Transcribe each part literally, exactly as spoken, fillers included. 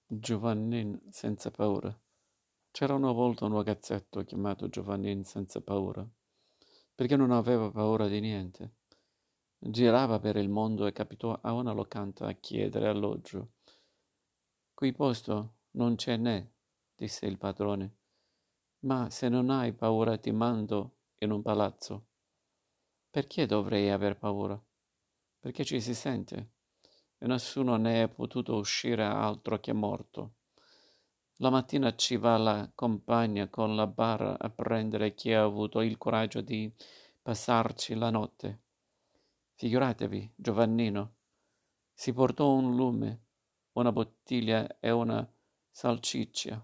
Giovannin senza paura. C'era una volta un ragazzetto chiamato Giovannin senza paura, perché non aveva paura di niente. Girava per il mondo e capitò a una locanda a chiedere alloggio. Qui posto non ce n'è, disse il padrone, ma se non hai paura ti mando in un palazzo. Perché dovrei aver paura? Perché ci si sente e nessuno ne è potuto uscire altro che morto. La mattina ci va la compagna con la bara a prendere chi ha avuto il coraggio di passarci la notte. Figuratevi, Giovannino, si portò un lume, una bottiglia e una salsiccia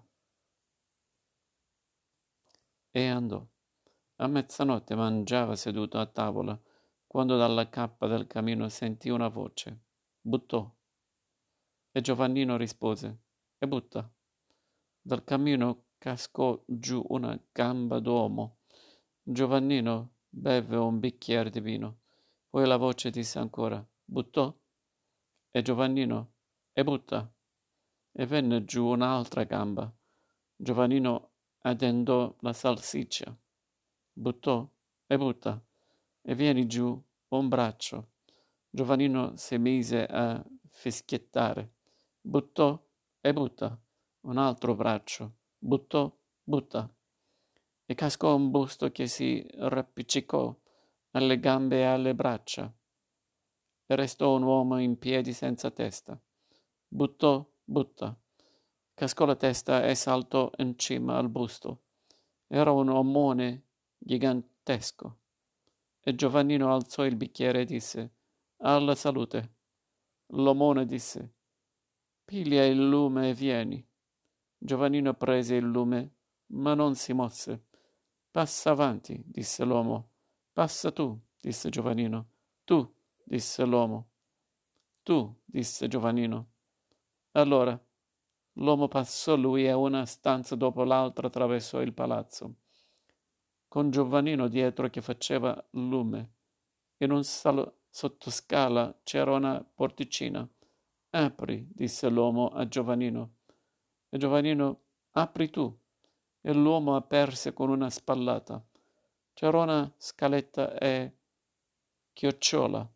e andò. A mezzanotte mangiava seduto a tavola, quando dalla cappa del camino sentì una voce. Buttò. E Giovannino rispose, e butta. Dal camino cascò giù una gamba d'uomo. Giovannino beve un bicchiere di vino. Poi la voce disse ancora, buttò. E Giovannino, e butta. E venne giù un'altra gamba. Giovannino addentò la salsiccia. Buttò e butta. E vieni giù un braccio. Giovannino si mise a fischiettare. Buttò e butta. Un altro braccio. Buttò, butta. E cascò un busto che si rappiccicò alle gambe e alle braccia. E restò un uomo in piedi senza testa. Buttò, butta. Cascò la testa e saltò in cima al busto. Era un omone gigantesco. E Giovannino alzò il bicchiere e disse, alla salute. L'omone disse, piglia il lume e vieni. Giovannino prese il lume, ma non si mosse. Passa avanti, disse l'uomo. Passa tu, disse Giovannino. Tu, disse l'uomo. Tu, disse Giovannino. Allora, l'uomo passò lui e una stanza dopo l'altra attraversò il palazzo, con Giovannino dietro che faceva lume. In un salo sottoscala c'era una porticina. Apri, disse l'uomo a Giovannino. E Giovannino, apri tu. E l'uomo aperse con una spallata. C'era una scaletta e chiocciola.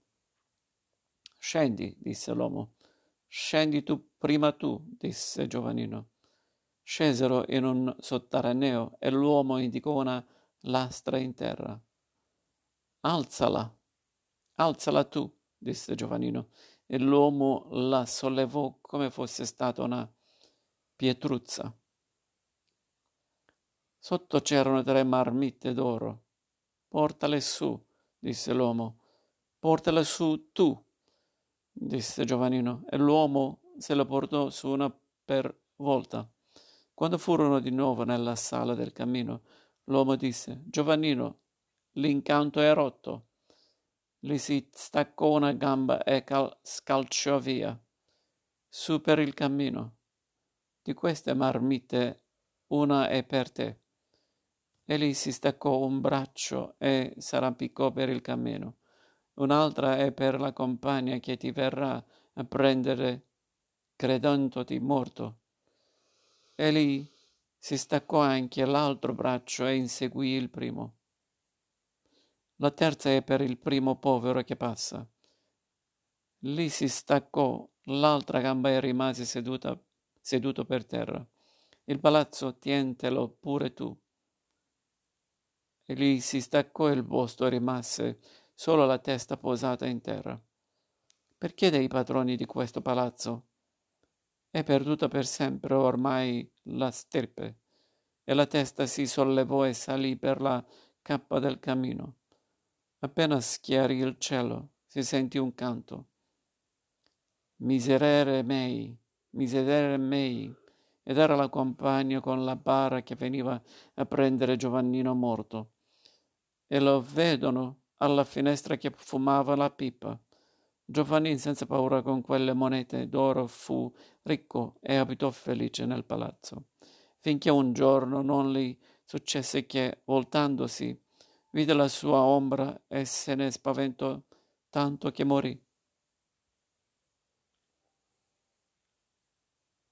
Scendi, disse l'uomo. Scendi tu prima tu, disse Giovannino. Scesero in un sotterraneo e l'uomo indicò una lastra in terra. Alzala, alzala tu, disse Giovannino, e l'uomo la sollevò come fosse stata una pietruzza. Sotto c'erano tre marmitte d'oro. Portale su, disse l'uomo. Portale su tu, disse Giovannino, e l'uomo se la portò su una per volta. Quando furono di nuovo nella sala del cammino, l'uomo disse, Giovannino, l'incanto è rotto. Gli si staccò una gamba e cal- scalciò via, su per il cammino. Di queste marmite una è per te. Egli si staccò un braccio e s'arrampicò per il cammino. Un'altra è per la compagna che ti verrà a prendere credendoti morto. Egli si staccò anche l'altro braccio e inseguì il primo. La terza è per il primo povero che passa. Lì si staccò l'altra gamba e rimase seduta, seduto per terra. Il palazzo tientelo pure tu. E lì si staccò il busto e rimase solo la testa posata in terra. Perché dei padroni di questo palazzo? È perduta per sempre ormai la stirpe. E la testa si sollevò e salì per la cappa del camino. Appena schiarì il cielo, si sentì un canto. Miserere mei, miserere mei, ed era la compagna con la bara che veniva a prendere Giovannino morto. E lo vedono alla finestra che fumava la pipa. Giovannin senza paura con quelle monete d'oro fu ricco e abitò felice nel palazzo, finché un giorno non gli successe che, voltandosi, vide la sua ombra e se ne spaventò tanto che morì.